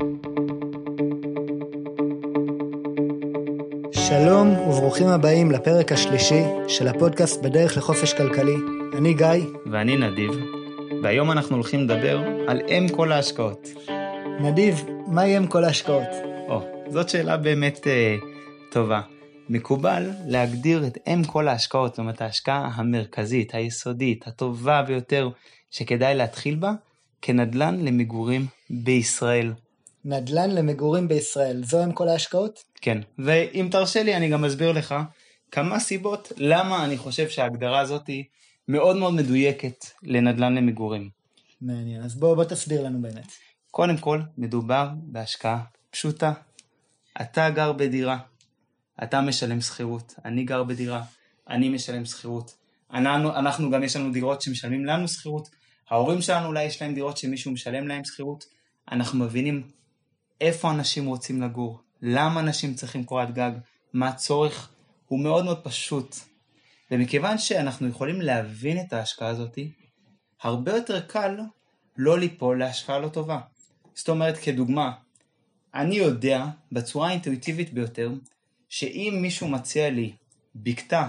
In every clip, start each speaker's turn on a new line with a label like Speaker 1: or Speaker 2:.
Speaker 1: שלום וברוכים הבאים לפרק השלישי של הפודקאסט בדרך לחופש כלכלי. אני גיא.
Speaker 2: ואני נדיב. והיום אנחנו הולכים לדבר על אם כל ההשקעות.
Speaker 1: נדיב, מה יהיה עם כל ההשקעות?
Speaker 2: זאת שאלה באמת טובה. מקובל להגדיר את אם כל ההשקעות, זאת אומרת ההשקעה המרכזית, היסודית, הטובה ביותר שכדאי להתחיל בה, כנדל"ן למגורים בישראל.
Speaker 1: נדל"ן למגורים בישראל, זו עם כל ההשקעות?
Speaker 2: כן, ואם תרשה לי אני גם אסביר לך כמה סיבות למה אני חושב שההגדרה הזאת היא מאוד מאוד מדויקת לנדל"ן למגורים.
Speaker 1: מעניין, אז בוא תסביר לנו באמת.
Speaker 2: קודם כל, מדובר בהשקעה פשוטה. אתה גר בדירה, אתה משלם שכירות, אני גר בדירה, אני משלם שכירות. אנחנו גם יש לנו דירות שמשלמים לנו שכירות, ההורים שלנו אולי יש להם דירות שמישהו משלם להם שכירות. אנחנו מבינים איפה אנשים רוצים לגור, למה אנשים צריכים קורת גג, מה הצורך, הוא מאוד מאוד פשוט. ומכיוון שאנחנו יכולים להבין את ההשקעה הזאת, הרבה יותר קל לא ליפול להשקעה לא טובה. זאת אומרת, כדוגמה, אני יודע בצורה האינטואיטיבית ביותר, שאם מישהו מציע לי בקתה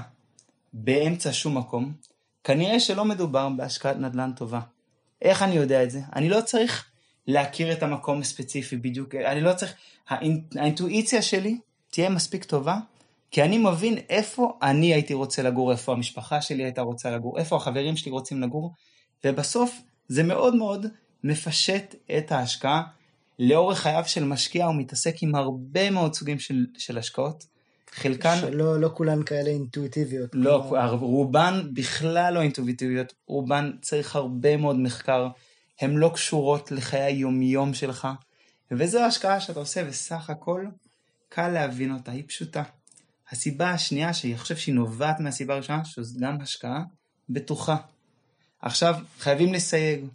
Speaker 2: באמצע שום מקום, כנראה שלא מדובר בהשקעת נדל"ן טובה. איך אני יודע את זה? אני לא צריך להכיר את המקום הספציפי בדיוק, אני לא צריך, האינטואיציה שלי תהיה מספיק טובה, כי אני מבין איפה אני הייתי רוצה לגור, איפה המשפחה שלי הייתה רוצה לגור, איפה החברים שלי רוצים לגור, ובסוף זה מאוד מאוד מפשט את ההשקעה. לאורך חייו של משקיע הוא מתעסק עם הרבה מאוד סוגים של השקעות, חלקן
Speaker 1: שלא כולן כאלה אינטואיטיביות.
Speaker 2: לא, רובן בכלל לא אינטואיטיביות, רובן צריך הרבה מאוד מחקר, הן לא קשורות לחיי היומיום שלך, וזו ההשקעה שאתה עושה, וסך הכל קל להבין אותה, היא פשוטה. הסיבה השנייה שאני חושב שהיא נובעת מהסיבה הראשונה, שזו גם השקעה בטוחה. עכשיו חייבים לסייג,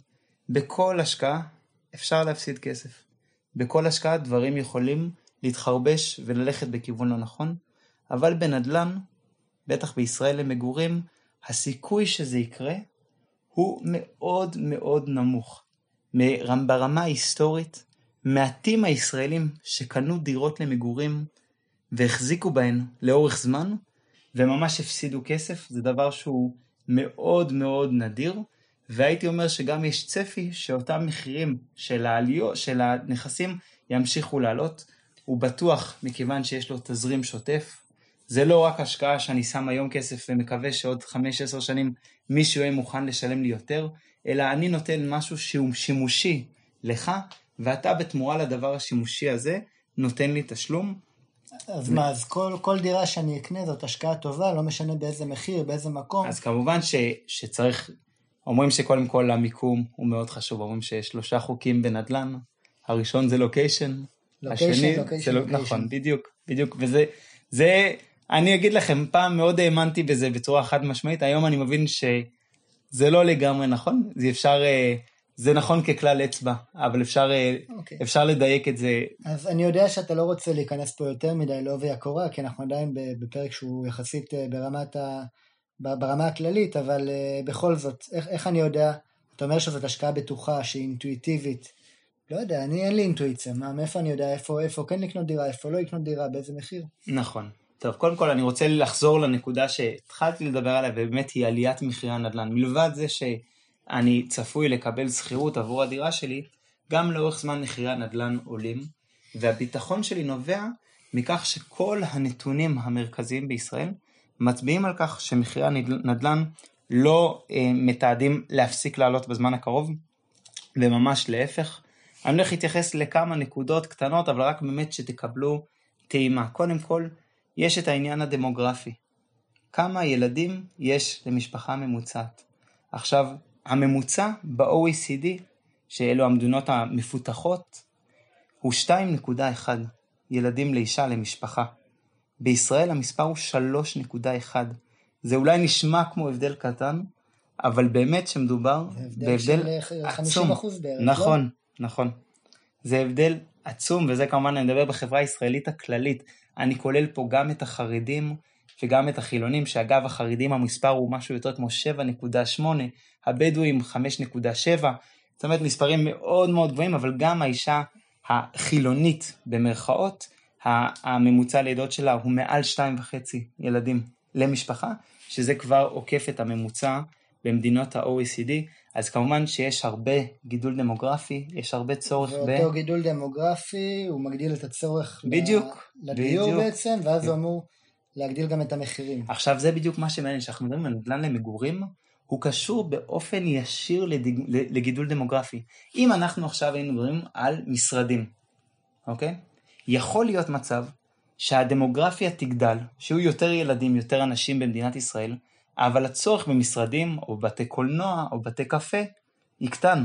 Speaker 2: בכל השקעה אפשר להפסיד כסף. בכל השקעה דברים יכולים להתחרבש וללכת בכיוון לא נכון, אבל בנדל"ן, בטח בישראל למגורים, הסיכוי שזה יקרה הוא מאוד מאוד נמוך. ברמה ההיסטורית, מעטים הישראלים שקנו דירות למגורים והחזיקו בהן לאורך זמן, וממש הפסידו כסף, זה דבר שהוא מאוד מאוד נדיר, והייתי אומר שגם יש צפי שאותם מחירים של העליות, של הנכסים ימשיכו לעלות, הוא בטוח מכיוון שיש לו תזרים שוטף, זה לא רק השקעה שאני שם היום כסף ומקווה שעוד 5-10 שנים מישהו יהיה מוכן לשלם לי יותר, אלא אני נותן משהו שהוא שימושי לך, ואתה בתמורה לדבר השימושי הזה נותן לי תשלום.
Speaker 1: אז מה, אז כל דירה שאני אקנה זאת השקעה טובה, לא משנה באיזה מחיר, באיזה מקום.
Speaker 2: אז כמובן שצריך, אומרים שקודם כל המיקום הוא מאוד חשוב, אומרים שיש 3 חוקים בנדל"ן, הראשון זה לוקיישן, השני זה נכון, בדיוק, וזה, אני אגיד לכם, פעם מאוד האמנתי בזה בצורה חד משמעית, היום אני מבין שזה לא לגמרי נכון, זה נכון ככלל אצבע, אבל אפשר לדייק את זה.
Speaker 1: אז אני יודע שאתה לא רוצה להיכנס פה יותר מדי לעובי הקורה, כי אנחנו עדיין בפרק שהוא יחסית ברמה הכללית, אבל בכל זאת, איך אני יודע, אתה אומר שזאת השקעה בטוחה, שהיא אינטואיטיבית, לא יודע, אין לי אינטואיציה, מאיפה אני יודע איפה כן לקנות דירה, איפה לא לקנות דירה, באיזה מחיר?
Speaker 2: נכון. טוב, קודם כל אני רוצה לחזור לנקודה שהתחלתי לדבר עליה, ובאמת היא עליית מחירי הנדל"ן. מלבד זה שאני צפוי לקבל שכירות עבור הדירה שלי, גם לאורך זמן מחירי הנדל"ן עולים, והביטחון שלי נובע מכך שכל הנתונים המרכזיים בישראל מצביעים על כך שמחירי הנדל"ן לא מתעדים להפסיק לעלות בזמן הקרוב, וממש להפך. אני הולך להתייחס לכמה נקודות קטנות, אבל רק באמת שתקבלו טעימה. קודם כל, יש את העניין הדמוגרפי. כמה ילדים יש למשפחה ממוצעת? עכשיו, הממוצע ב-OECD, שאלו המדינות המפותחות, הוא 2.1 ילדים לאישה למשפחה. בישראל המספר הוא 3.1. זה אולי נשמע כמו הבדל קטן, אבל באמת שמדובר בהבדל עצום. 50% בערך. נכון. זה הבדל עצום, וזה כמובן אני מדבר בחברה הישראלית הכללית. אני כולל פה גם את החרדים וגם את החילונים, שאגב החרדים המספר הוא משהו יותר כמו 7.8, הבדואים 5.7, זאת אומרת מספרים מאוד מאוד גבוהים, אבל גם האישה החילונית במרכאות, הממוצע לידות שלה הוא מעל 2.5 ילדים למשפחה, שזה כבר עוקף את הממוצע במדינות ה-OECD, אז כמובן שיש הרבה גידול דמוגרפי, יש הרבה צורך
Speaker 1: ואותו גידול דמוגרפי הוא מגדיל את הצורך
Speaker 2: בדיוק,
Speaker 1: לדיור בעצם, ואז הוא אמור להגדיל גם את המחירים.
Speaker 2: עכשיו זה בדיוק מה שמעניין, שאנחנו מדברים על נדל"ן למגורים, הוא קשור באופן ישיר לגידול דמוגרפי. אם אנחנו עכשיו היינו מדברים על משרדים, אוקיי? יכול להיות מצב שהדמוגרפיה תגדל, שיהיו יותר ילדים, יותר אנשים במדינת ישראל, אבל הצורך במשרדים או בתי קולנוע או בתי קפה יקטן.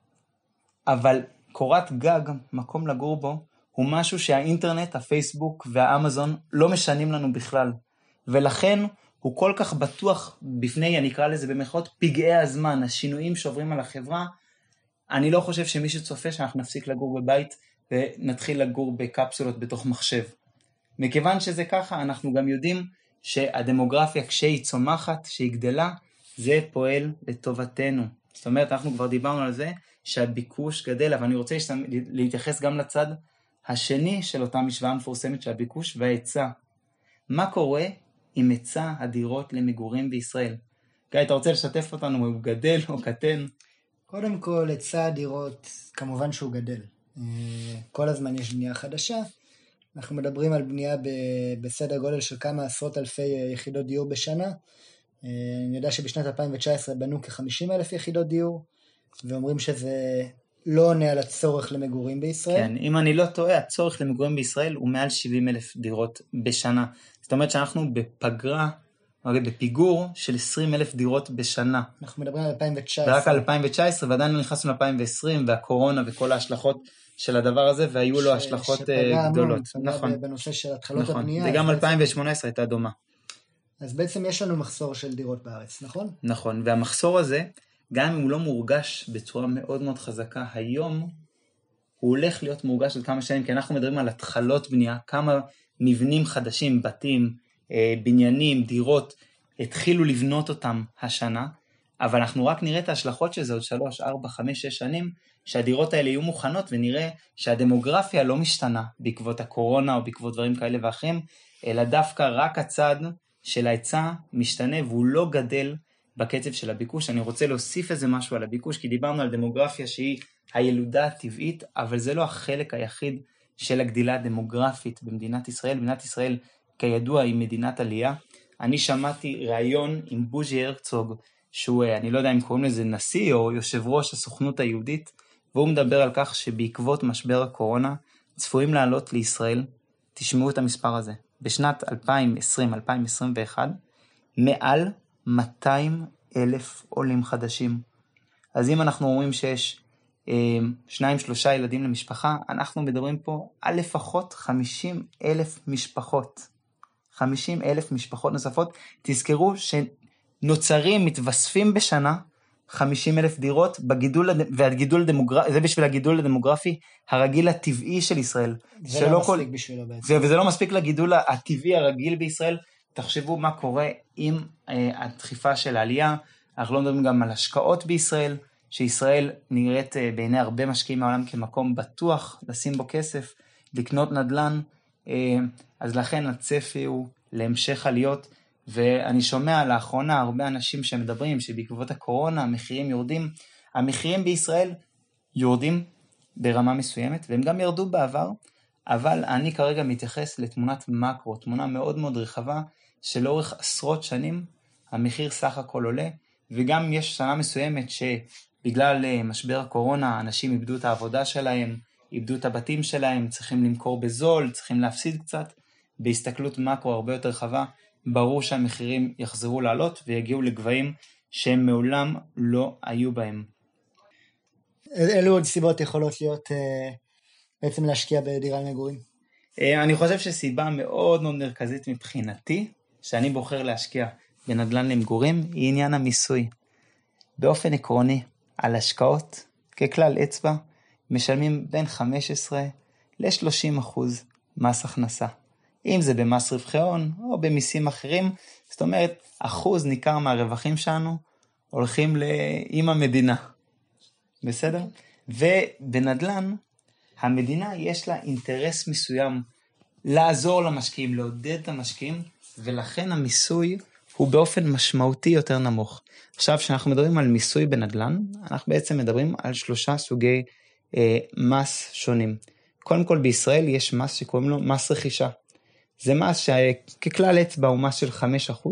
Speaker 2: אבל קורת גג, מקום לגור בו, הוא משהו שהאינטרנט, הפייסבוק והאמזון לא משנים לנו בכלל. ולכן הוא כל כך בטוח בפני, אני אקרא לזה במרכאות, פגעי הזמן, השינויים שעוברים על החברה. אני לא חושב שמי שצופה שאנחנו נפסיק לגור בבית ונתחיל לגור בקפסולות בתוך מחשב. מכיוון שזה ככה, אנחנו גם יודעים שהדמוגרפיה כשהיא צומחת, כשהיא גדלה, זה פועל לטובתנו. זאת אומרת, אנחנו כבר דיברנו על זה שהביקוש גדל, אבל אני רוצה להתייחס גם לצד השני של אותה משוואה המפורסמת של הביקוש וההיצע. מה קורה עם היצע הדירות למגורים בישראל? גיא, אתה רוצה לשתף אותנו, הוא גדל או קטן?
Speaker 1: קודם כל, היצע הדירות, כמובן שהוא גדל. כל הזמן יש בנייה חדשה. אנחנו מדברים על בנייה בסדר גודל של כמה עשרות אלפי יחידות דיור בשנה. אני יודע שבשנת 2019 בנו כ-50,000 יחידות דיור, ואומרים שזה לא עונה על הצורך למגורים בישראל.
Speaker 2: כן, אם אני לא טועה, הצורך למגורים בישראל הוא מעל 70,000 דירות בשנה. זאת אומרת שאנחנו בפגרה, בפיגור של 20,000 דירות בשנה.
Speaker 1: אנחנו מדברים על 2019.
Speaker 2: ורק על 2019, ועדיין לא נכנסנו ל-2020, והקורונה וכל ההשלכות של הדבר הזה, והיו לו השלכות גדולות.
Speaker 1: נכון. בנושא של התחלות הבנייה.
Speaker 2: וגם 2018 הייתה דומה.
Speaker 1: אז בעצם יש לנו מחסור של דירות בארץ, נכון?
Speaker 2: נכון, והמחסור הזה, גם אם הוא לא מורגש בצורה מאוד מאוד חזקה היום, הוא הולך להיות מורגש עוד כמה שנים, כי אנחנו מדברים על התחלות בנייה, כמה מבנים חדשים, בתים, בניינים, דירות, התחילו לבנות אותם השנה, אבל אנחנו רק נראה את ההשלכות של זה עוד 3, 4, 5, 6 שנים, שהדירות האלה יהיו מוכנות, ונראה שהדמוגרפיה לא משתנה בעקבות הקורונה או בעקבות דברים כאלה ואחרים, אלא דווקא רק הצד של ההיצע משתנה, והוא לא גדל בקצב של הביקוש. אני רוצה להוסיף איזה משהו על הביקוש, כי דיברנו על דמוגרפיה שהיא הילודה הטבעית, אבל זה לא החלק היחיד של הגדילה הדמוגרפית במדינת ישראל. מדינת ישראל, כידוע, היא מדינת עלייה. אני שמעתי ראיון עם בוז'י הרצוג, שהוא, אני לא יודע אם קוראים לזה נשיא או יושב ראש הסוכנות היהודית, והוא מדבר על כך שבעקבות משבר הקורונה, צפויים לעלות לישראל, תשמעו את המספר הזה, בשנת 2020-2021, מעל 200,000 עולים חדשים. אז אם אנחנו אומרים שיש 2-3 ילדים למשפחה, אנחנו מדברים פה על לפחות 50,000 משפחות. 50,000 משפחות נוספות. תזכרו שנוצרים, מתווספים בשנה 50,000 דירות בגידול, והגידול הדמוגרפי, זה בשביל הגידול הדמוגרפי הרגיל הטבעי של ישראל.
Speaker 1: זה לא מספיק בשבילו בעצם.
Speaker 2: וזה לא מספיק לגידול הטבעי הרגיל בישראל. תחשבו מה קורה עם הדחיפה של העלייה. אנחנו לא מדברים גם על השקעות בישראל, שישראל נראית בעיני הרבה משקיעים מהעולם כמקום בטוח לשים בו כסף, לקנות נדל"ן, אז לכן הצפי הוא להמשך עליות, ואני שומע לאחרונה הרבה אנשים שמדברים שבעקבות הקורונה המחירים יורדים. המחירים בישראל יורדים ברמה מסוימת, והם גם ירדו בעבר, אבל אני כרגע מתייחס לתמונת מקרו, תמונה מאוד מאוד רחבה, שלאורך עשרות שנים המחיר סך הכל עולה, וגם יש שנה מסוימת שבגלל משבר הקורונה אנשים איבדו את העבודה שלהם, איבדו את הבתים שלהם, צריכים למכור בזול, צריכים להפסיד קצת. בהסתכלות מקרו הרבה יותר רחבה, ברור שהמחירים יחזרו לעלות ויגיעו לגבהים שהם מעולם לא היו בהם.
Speaker 1: אילו עוד סיבות יכולות להיות בעצם להשקיע בדירה למגורים?
Speaker 2: אני חושב שסיבה מאוד מאוד מרכזית מבחינתי, שאני בוחר להשקיע בנדל"ן למגורים, היא עניין המיסוי. באופן עקרוני, על השקעות, ככלל אצבע, משלמים בין 15 ל-30% מס הכנסה. אם זה במס רווחי הון או במיסים אחרים, זאת אומרת, אחוז ניכר מהרווחים שלנו הולכים עם המדינה. בסדר? ובנדל"ן, המדינה יש לה אינטרס מסוים לעזור למשקיעים, לעודד את המשקיעים, ולכן המיסוי הוא באופן משמעותי יותר נמוך. עכשיו, כשאנחנו מדברים על מיסוי בנדל"ן, אנחנו בעצם מדברים על 3 סוגי מס שונים. קודם כל, בישראל יש מס שקוראים לו מס רכישה. זה מס שככלל אצבע הוא מס של 5%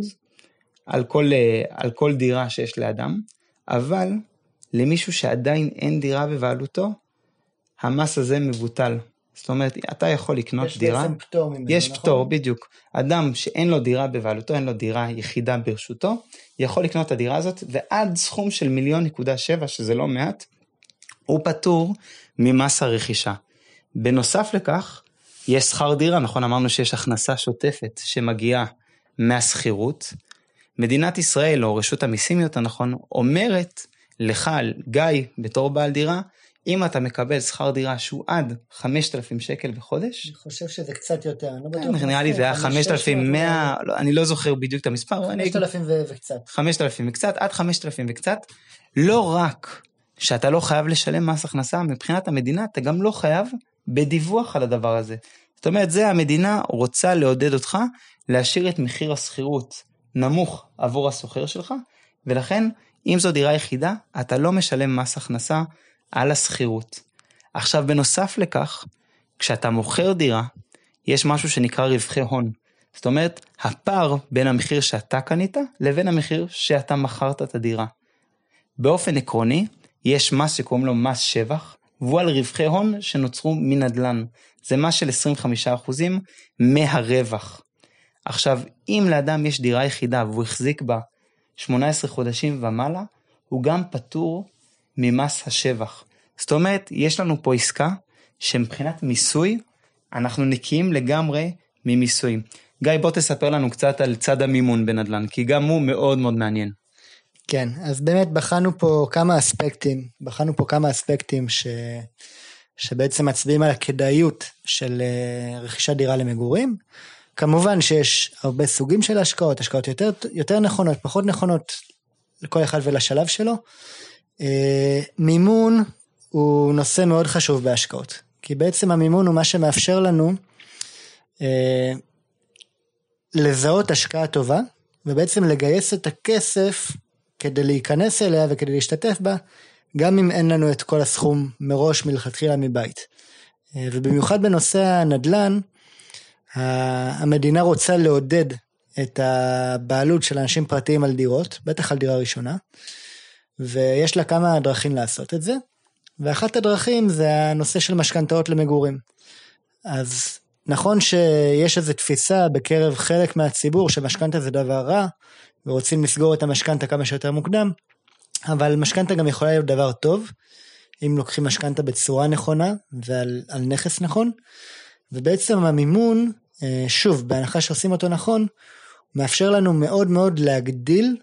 Speaker 2: על כל דירה שיש לאדם, אבל למישהו שעדיין אין דירה בבעלותו, המס הזה מבוטל. זאת אומרת, אתה יכול לקנות דירה.
Speaker 1: יש בעצם פטור ממנו,
Speaker 2: יש
Speaker 1: נכון?
Speaker 2: פטור, בדיוק. אדם שאין לו דירה בבעלותו, אין לו דירה יחידה ברשותו, יכול לקנות את הדירה הזאת, ועד סכום של 1,700,000, שזה לא מעט, הוא פטור ממס הרכישה. בנוסף לכך, יש שכר דירה, נכון? אמרנו שיש הכנסה שוטפת שמגיעה מהשכירות. מדינת ישראל, או רשות המיסים יותר נכון, אומרת לך, גיא, בתור בעל דירה, אם אתה מקבל שכר דירה שהוא עד 5,000 שקל בחודש,
Speaker 1: אני חושב שזה קצת יותר, אני לא בטוח.
Speaker 2: נראה לי זה היה 5,100, אני לא זוכר בדיוק את המספר.
Speaker 1: 5,000 וקצת.
Speaker 2: 5,000 וקצת, עד 5,000 וקצת. לא רק שאתה לא חייב לשלם מס הכנסה, מבחינת המדינה אתה גם לא חייב בדיווח על הדבר הזה. זאת אומרת, זה המדינה רוצה לעודד אותך, להשאיר את מחיר השכירות נמוך עבור הסוחר שלך, ולכן אם זו דירה יחידה, אתה לא משלם מס הכנסה על השכירות. עכשיו, בנוסף לכך, כשאתה מוכר דירה, יש משהו שנקרא רווחי הון. זאת אומרת, הפער בין המחיר שאתה קנית, לבין המחיר שאתה מכרת את הדירה. באופן עקרוני, יש מס שקוראים לו מס שבח, והוא על רווחי הון שנוצרו מנדל"ן. זה מס של 25% מהרווח. עכשיו, אם לאדם יש דירה יחידה, והוא החזיק בה 18 חודשים ומעלה, הוא גם פטור ממס השבח. זאת אומרת, יש לנו פה עסקה שמבחינת מיסוי, אנחנו נקיים לגמרי ממיסוי. גיא, בוא תספר לנו קצת על צד המימון בנדל"ן, כי גם הוא מאוד מאוד מעניין.
Speaker 1: כן, אז באמת בחנו פה כמה אספקטים שבעצם מצביעים על הכדאיות של רכישת דירה למגורים. כמובן שיש הרבה סוגים של השקעות יותר נכונות, פחות נכונות לכל אחד ולשלב שלו. מימון הוא נושא מאוד חשוב בהשקעות, כי בעצם המימון הוא מה שמאפשר לנו לזהות השקעה טובה, ובעצם לגייס את הכסף כדי להיכנס אליה וכדי להשתתף בה, גם אם אין לנו את כל הסכום מראש מלכתחילה מבית. ובמיוחד בנושא הנדל"ן, המדינה רוצה לעודד את הבעלות של אנשים פרטיים על דירות, בטח על דירה ראשונה, ויש לה כמה דרכים לעשות את זה, ואחת הדרכים זה הנושא של משכנתאות למגורים. אז נכון שיש איזו תפיסה בקרב חלק מהציבור שמשכנתה זה דבר רע, ורוצים לסגור את המשכנתה כמה שיותר מוקדם, אבל משכנתה גם יכולה להיות דבר טוב, אם לוקחים משכנתה בצורה נכונה ועל נכס נכון, ובעצם המימון, שוב, בהנחה שעושים אותו נכון, מאפשר לנו מאוד מאוד להגדיל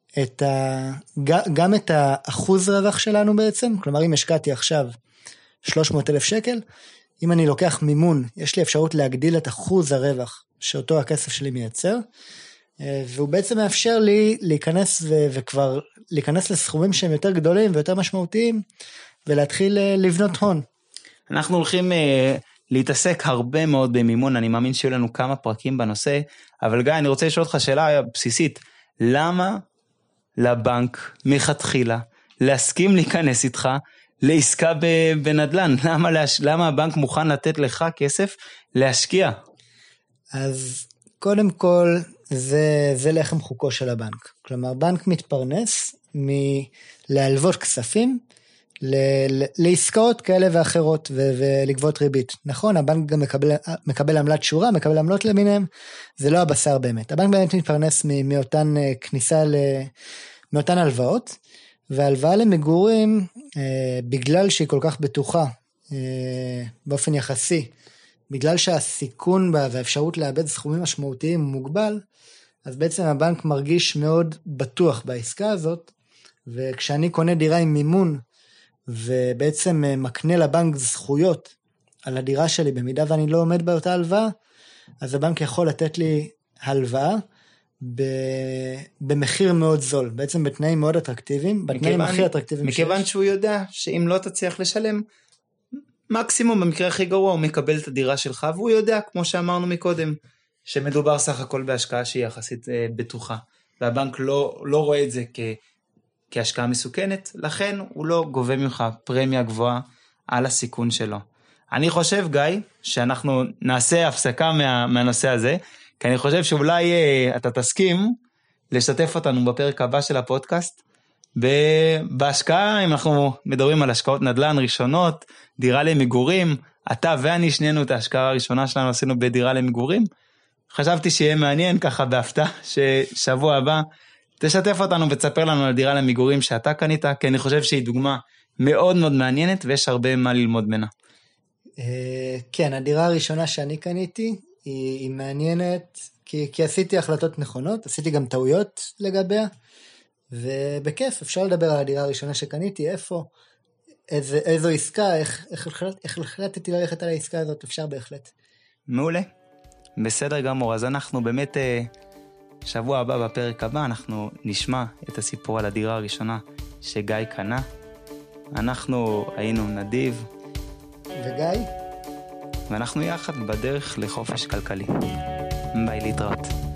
Speaker 1: גם את האחוז רווח שלנו בעצם, כלומר אם השקעתי עכשיו 300,000 שקל, אם אני לוקח מימון, יש לי אפשרות להגדיל את אחוז הרווח שאותו הכסף שלי מייצר, והוא בעצם מאפשר לי להיכנס וכבר להיכנס לסכומים שהם יותר גדולים ויותר משמעותיים, ולהתחיל לבנות הון.
Speaker 2: אנחנו הולכים להתעסק הרבה מאוד במימון, אני מאמין שיהיו לנו כמה פרקים בנושא, אבל גיא, אני רוצה לשאול אותך שאלה בסיסית, למה לבנק מתחילה להסכים להיכנס איתך לעסקה בנדל"ן? למה הבנק מוכן לתת לך כסף להשקיע?
Speaker 1: אז קודם כל, זה לחם חוקו של הבנק. כלומר, בנק מתפרנס מלהלוות כספים לעסקאות כאלה ואחרות ולגבות ריבית. נכון, הבנק גם מקבל עמלת שורה, מקבל עמלות למיניהם, זה לא הבשר באמת. הבנק באמת מתפרנס מאותן מאותן הלוואות, והלוואה למגורים, בגלל שהיא כל כך בטוחה, באופן יחסי, בגלל שהסיכון בה והאפשרות לאבד סכומים משמעותיים מוגבל, אז בעצם הבנק מרגיש מאוד בטוח בעסקה הזאת, וכשאני קונה דירה עם מימון, ובעצם מקנה לבנק זכויות על הדירה שלי, במידה ואני לא עומד באותה הלוואה, אז הבנק יכול לתת לי הלוואה, במחיר מאוד זול, בעצם בתנאים מאוד אטרקטיביים, בתנאים הכי אטרקטיביים
Speaker 2: מכיוון שהוא יודע שאם לא תצליח לשלם, מקסימום במקרה הכי גרוע הוא מקבל את הדירה שלך, והוא יודע, כמו שאמרנו מקודם, שמדובר סך הכל בהשקעה שהיא יחסית בטוחה, והבנק לא רואה את זה כהשקעה מסוכנת, לכן הוא לא גובה ממך פרמיה גבוהה על הסיכון שלו. אני חושב, גיא, שאנחנו נעשה הפסקה מהנושא הזה, כי אני חושב שאולי אתה תסכים לשתף אותנו בפרק הבא של הפודקאסט, בהשקעה, אם אנחנו מדברים על השקעות נדל"ן ראשונות, דירה למגורים, אתה ואני שנינו את ההשקעה הראשונה שלנו עשינו בדירה למגורים, חשבתי שיהיה מעניין ככה בהפתעה, ששבוע הבא תשתף אותנו ותספר לנו על דירה למגורים שאתה קנית, כי אני חושב שהיא דוגמה מאוד מאוד מעניינת, ויש הרבה מה ללמוד ממנה.
Speaker 1: כן, הדירה הראשונה שאני קניתי, היא מעניינת, כי עשיתי החלטות נכונות, עשיתי גם טעויות לגביה, ובכיף, אפשר לדבר על הדירה הראשונה שקניתי, איפה, איזו עסקה, איך החלטתי ללכת על העסקה הזאת, אפשר בהחלט.
Speaker 2: מעולה, בסדר גמור, אז אנחנו באמת, שבוע הבא בפרק הבא, אנחנו נשמע את הסיפור על הדירה הראשונה שגיא קנה. אנחנו היינו נדיב
Speaker 1: וגיא,
Speaker 2: ואנחנו יחד בדרך לחופש כלכלי. ביי, להתראות.